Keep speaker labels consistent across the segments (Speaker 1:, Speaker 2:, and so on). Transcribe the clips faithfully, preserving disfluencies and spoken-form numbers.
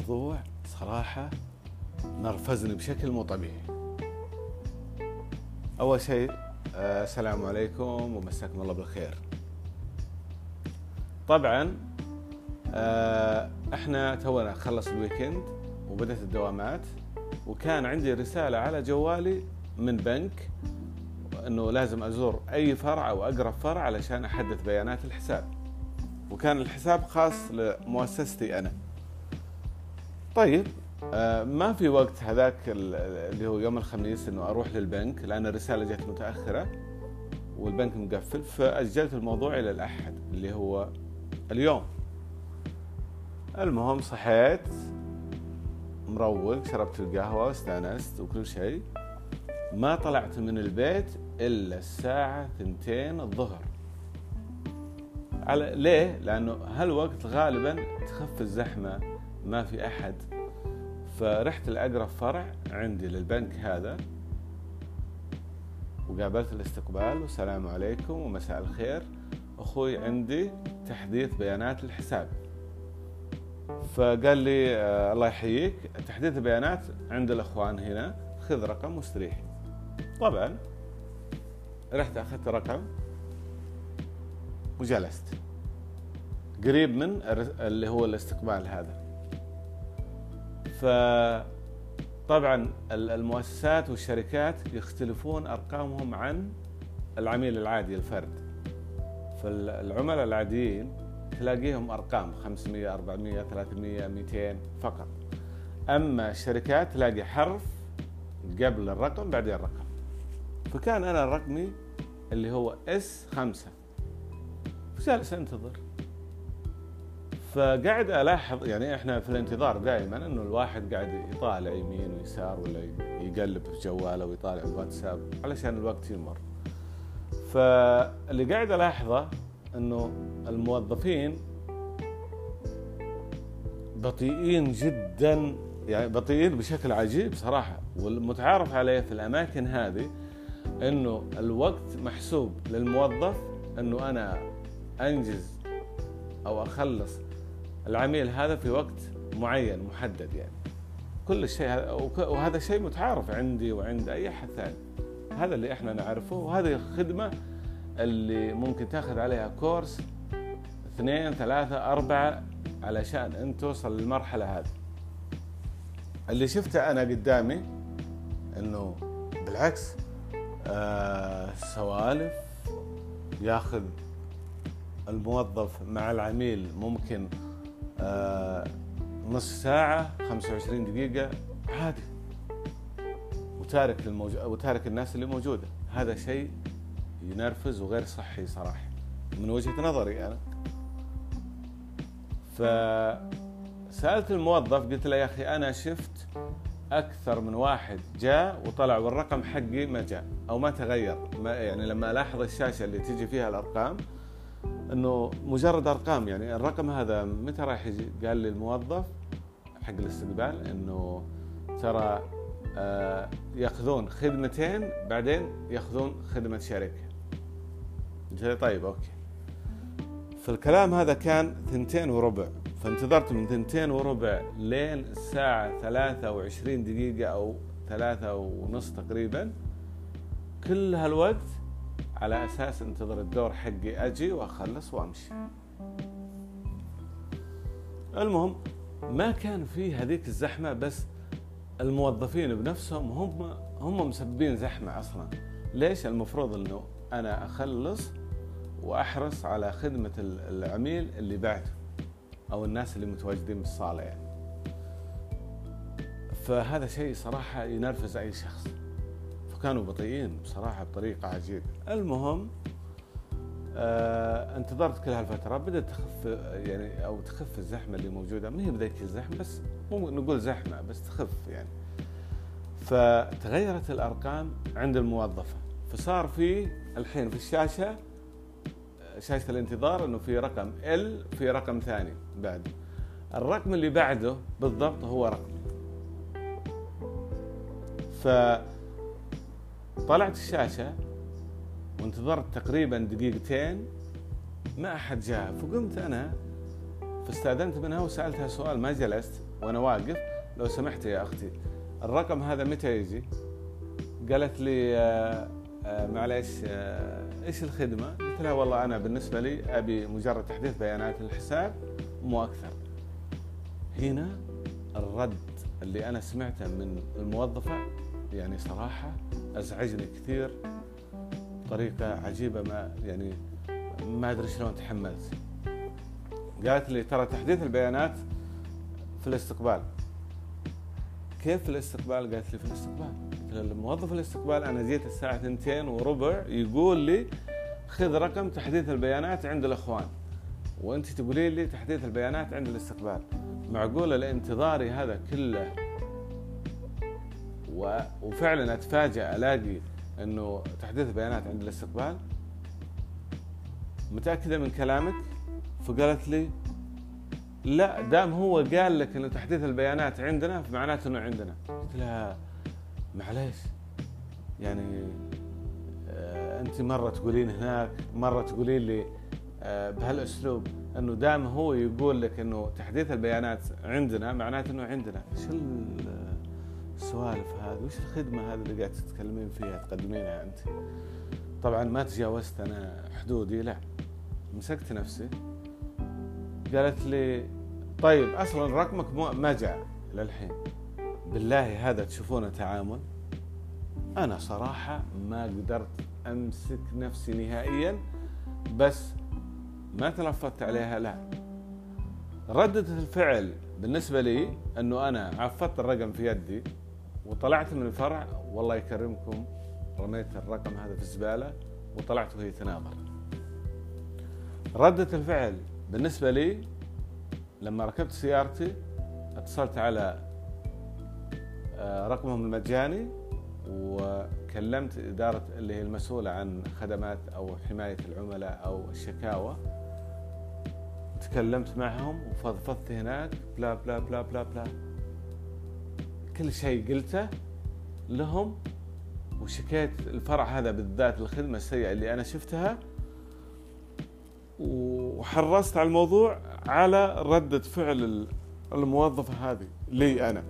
Speaker 1: موضوع صراحة نرفزني بشكل مو طبيعي. أول شيء آه السلام عليكم ومساكم الله بالخير. طبعا آه احنا تونا خلص الويكند وبدأت الدوامات، وكان عندي رسالة على جوالي من بنك انه لازم ازور اي فرع او اقرب فرع علشان احدث بيانات الحساب، وكان الحساب خاص لمؤسستي انا. طيب آه ما في وقت هذاك اللي هو يوم الخميس انه اروح للبنك لان الرسالة جت متأخرة والبنك مقفل، فاجلت الموضوع الى الاحد اللي هو اليوم. المهم صحيت مروق، شربت القهوة واستانست وكل شيء، ما طلعت من البيت إلا الساعة ثنتين الظهر. على ليه؟ لأنه هالوقت غالبا تخف الزحمة، ما في أحد، فرحت لأقرب فرع عندي للبنك هذا وقابلت الاستقبال والسلام عليكم ومساء الخير، أخوي عندي تحديث بيانات الحساب. فقال لي آه الله يحييك، تحديث البيانات عند الأخوان هنا، خذ رقم واستريح. طبعا رحت أخذت رقم وجلست قريب من اللي هو الاستقبال هذا. فطبعا المؤسسات والشركات يختلفون أرقامهم عن العميل العادي الفرد. فالعملاء العاديين تلاقيهم أرقام خمسمية أربعمية ثلاثمية مئتين فقط، أما الشركات تلاقي حرف قبل الرقم بعدين الرقم. فكان أنا رقمي اللي هو إس خمسة، فجالس أنتظر. فقاعد ألاحظ، يعني إحنا في الانتظار دائما إنه الواحد قاعد يطالع يمين ويسار ولا يقلب في جواله ويطالع الواتساب علشان الوقت يمر. فاللي قاعد ألاحظه إنه الموظفين بطيئين جدا، يعني بطيئين بشكل عجيب صراحة. والمتعارف عليه في الأماكن هذه إنه الوقت محسوب للموظف، إنه أنا أنجز أو أخلص العميل هذا في وقت معين محدد، يعني كل شيء، وهذا شيء متعارف عندي وعند أي أحد ثاني. هذا اللي إحنا نعرفه، وهذه الخدمة اللي ممكن تاخذ عليها كورس اثنين ثلاثة أربعة علشان أنت توصل للمرحلة هذه. اللي شفته أنا قدامي إنه بالعكس، آه سوالف، ياخذ الموظف مع العميل ممكن آه نص ساعة خمسة وعشرين دقيقة عادي، وتارك الموج... وتارك الناس اللي موجودة. هذا شيء ينرفز وغير صحي صراحة من وجهة نظري أنا. فسألت الموظف قلت له يا أخي أنا شفت أكثر من واحد جاء وطلع والرقم حقي ما جاء أو ما تغير، ما يعني لما ألاحظ الشاشة اللي تيجي فيها الأرقام إنه مجرد أرقام، يعني الرقم هذا متى راح يجي؟ قال لي الموظف حق الاستقبال إنه ترى آه يأخذون خدمتين بعدين يأخذون خدمة شركة. قلت له طيب أوكي. فالكلام هذا كان ثنتين وربع، فانتظرت من ثنتين وربع لين الساعة ثلاثة وعشرين دقيقة أو ثلاثة ونص تقريبا، كل هالوقت على أساس انتظر الدور حقي أجي وأخلص وأمشي. المهم ما كان فيه هذيك الزحمة، بس الموظفين بنفسهم هم هم مسببين زحمة أصلا. ليش؟ المفروض أنه أنا أخلص وأحرص على خدمة العميل اللي بعده أو الناس اللي متواجدين بالصالة يعني. فهذا شيء صراحة ينرفز أي شخص، فكانوا بطيئين بصراحة بطريقة عجيبة. المهم آه انتظرت كل هالفترة، بدأت تخف يعني أو تخف الزحمة اللي موجودة، ما هي بذيك الزحمة بس مو نقول زحمة بس تخف يعني. فتغيرت الأرقام عند الموظفة، فصار في الحين في الشاشة شاشة الانتظار انه في رقم ال، في رقم ثاني بعده، الرقم اللي بعده بالضبط هو رقمي. فطلعت الشاشة وانتظرت تقريبا دقيقتين ما احد جاء، فقمت انا فاستأذنت منها وسألتها سؤال، ما جلست، وانا واقف، لو سمحت يا اختي الرقم هذا متى يجي؟ قالت لي آه آه معليش آه ايش الخدمه؟ قلت لها والله انا بالنسبه لي ابي مجرد تحديث بيانات الحساب مو اكثر. هنا الرد اللي انا سمعته من الموظفه يعني صراحه ازعجني كثير بطريقه عجيبه، ما يعني ما ادري شلون تحملت. قالت لي ترى تحديث البيانات في الاستقبال. كيف في الاستقبال؟ قالت لي في الاستقبال. قلت لها الموظف الاستقبال انا جيت الساعه اثنتين وربع يقول لي خذ رقم تحديث البيانات عند الاخوان، وانت تقولي لي تحديث البيانات عند الاستقبال. معقوله لانتظاري هذا كله وفعلا اتفاجأ الاقي انه تحديث بيانات عند الاستقبال؟ متأكدة من كلامك؟ فقالت لي لا، دام هو قال لك انه تحديث البيانات عندنا فمعناته انه عندنا. قلت لها معليش يعني آه انت مرة تقولين هناك، مرة تقولين لي آه بهالاسلوب انه دام هو يقول لك انه تحديث البيانات عندنا معناته انه عندنا. شو السوالف هذه؟ وش الخدمة هذه اللي قاعد تتكلمين فيها تقدمينها انت؟ طبعا ما تجاوزت انا حدودي، لا، مسكت نفسي. قالت لي طيب اصلا رقمك ما جاء للحين، بالله هذا تشوفونه تعامل؟ انا صراحة ما قدرت امسك نفسي نهائيا، بس ما تلفظت عليها. لا، ردة الفعل بالنسبة لي انه انا عفضت الرقم في يدي وطلعت من الفرع، والله يكرمكم رميت الرقم هذا في الزبالة وطلعت وهي تناظر. ردة الفعل بالنسبة لي لما ركبت سيارتي اتصلت على رقمهم المجاني وكلمت إدارة اللي هي المسؤولة عن خدمات أو حماية العملاء أو الشكاوى، تكلمت معهم وفضفضت هناك بلا بلا بلا بلا بلا، كل شيء قلته لهم، وشكيت الفرع هذا بالذات الخدمة السيئة اللي أنا شفتها، وحرصت على الموضوع على ردة فعل الموظفة هذه لي أنا.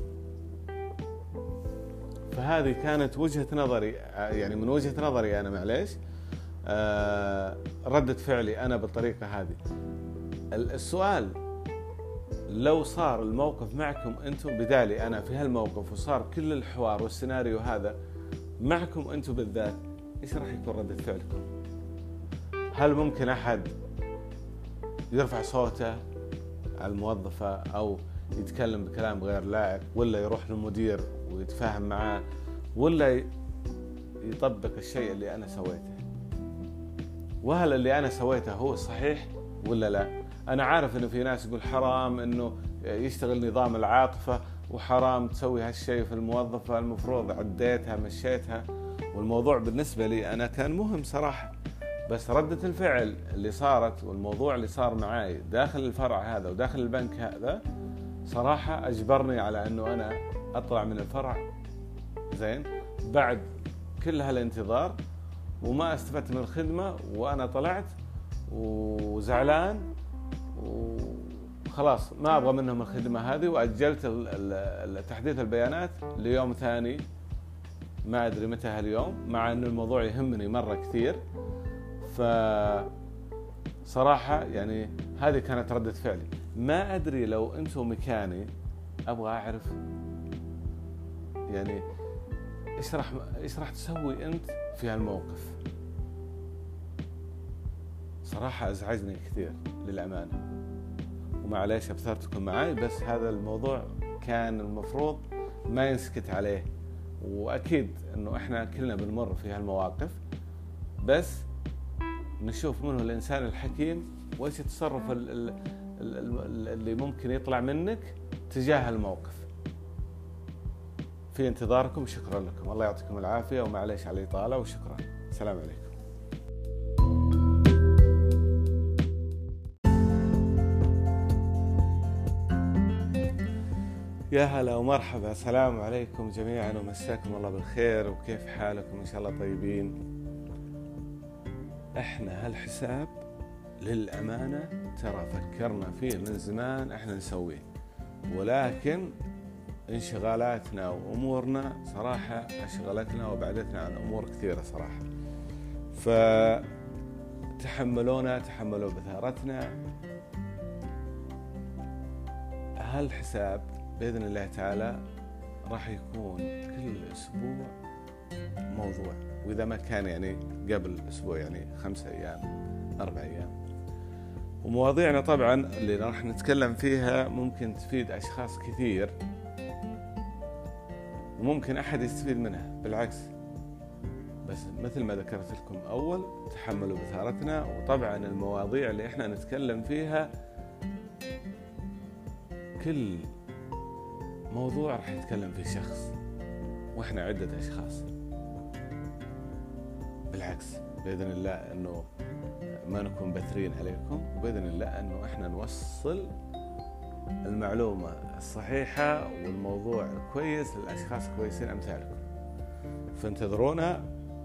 Speaker 1: فهذه كانت وجهة نظري، يعني من وجهة نظري أنا معليش آه ردة فعلي أنا بالطريقة هذه. السؤال لو صار الموقف معكم أنتم بدالي أنا في هالموقف وصار كل الحوار والسيناريو هذا معكم أنتم بالذات، إيش راح يكون ردة فعلكم؟ هل ممكن أحد يرفع صوته على الموظفة أو يتكلم بكلام غير لائق، ولا يروح للمدير ويتفاهم معاه، ولا يطبق الشيء اللي أنا سويته؟ وهل اللي أنا سويته هو صحيح ولا لا؟ أنا عارف إنه في ناس يقول حرام إنه يشتغل نظام العاطفة وحرام تسوي هالشيء في الموظفة، المفروض عديتها مشيتها، والموضوع بالنسبة لي أنا كان مهم صراحة. بس ردة الفعل اللي صارت والموضوع اللي صار معاي داخل الفرع هذا وداخل البنك هذا صراحة أجبرني على أنه أنا أطلع من الفرع زين بعد كل هالانتظار، وما استفدت من الخدمة، وأنا طلعت وزعلان وخلاص ما أبغى منهم الخدمة هذه، وأجلت تحديث البيانات ليوم ثاني ما أدري متى هاليوم، مع أن الموضوع يهمني مرة كثير. فصراحة يعني هذه كانت ردة فعلي. ما أدري لو أنتم مكاني، أبغى أعرف يعني إيش راح إيش راح تسوي أنت في هالموقف. صراحة أزعجني كثير للأمانة، ومعليش أبثرتكم معاي، بس هذا الموضوع كان المفروض ما ينسكت عليه، وأكيد أنه إحنا كلنا بنمر في هالمواقف، بس نشوف منه الإنسان الحكيم وإيش التصرف اللي ممكن يطلع منك تجاه الموقف. في انتظاركم، شكرا لكم، الله يعطيكم العافية، ومعليش على الإطالة، وشكرا. السلام عليكم. يا هلا ومرحبا، السلام عليكم جميعا، ومساكم الله بالخير، وكيف حالكم؟ إن شاء الله طيبين. احنا هالحساب للأمانة ترى فكرنا فيه من زمان احنا نسويه، ولكن انشغالاتنا وأمورنا صراحة أشغلتنا وبعدتنا عن أمور كثيرة صراحة. فتحملونا، تحملوا بثارتنا. هالحساب بإذن الله تعالى راح يكون كل أسبوع موضوع، وإذا ما كان يعني قبل أسبوع يعني خمسة أيام أربع أيام. ومواضيعنا طبعا اللي راح نتكلم فيها ممكن تفيد أشخاص كثير، وممكن أحد يستفيد منها بالعكس. بس مثل ما ذكرت لكم أول، تحملوا بثارتنا. وطبعا المواضيع اللي إحنا نتكلم فيها كل موضوع راح يتكلم فيه شخص، وإحنا عدة أشخاص. بالعكس بإذن الله أنه ما نكون بثرين عليكم، وبإذن الله أنه إحنا نوصل المعلومة الصحيحة والموضوع الكويس للأشخاص كويسين أمثالكم. فانتظرونا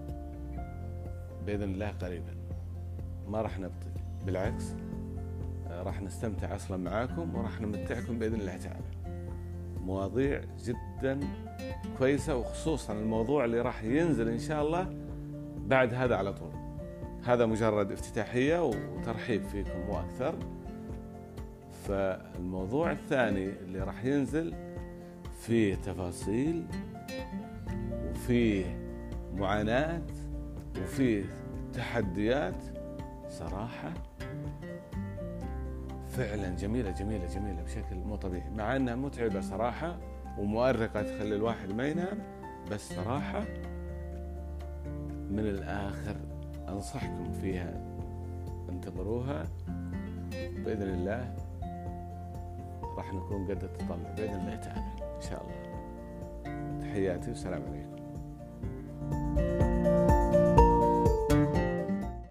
Speaker 1: بإذن الله قريبا، ما راح نبطئ، بالعكس راح نستمتع أصلا معاكم، وراح نمتعكم بإذن الله تعالى. مواضيع جدا كويسة، وخصوصا الموضوع اللي راح ينزل إن شاء الله بعد هذا على طول. هذا مجرد افتتاحية وترحيب فيكم وأكثر. فالموضوع الثاني اللي راح ينزل فيه تفاصيل، وفيه معاناة، وفيه تحديات صراحة فعلا جميلة جميلة جميلة بشكل مو طبيعي، مع أنها متعبة صراحة ومؤرقة تخلي الواحد ما ينام. بس صراحة من الآخر أنصحكم فيها، انتظروها بإذن الله، راح نكون قد التطلع بإذن الله تعالى إن شاء الله. تحياتي والسلام عليكم.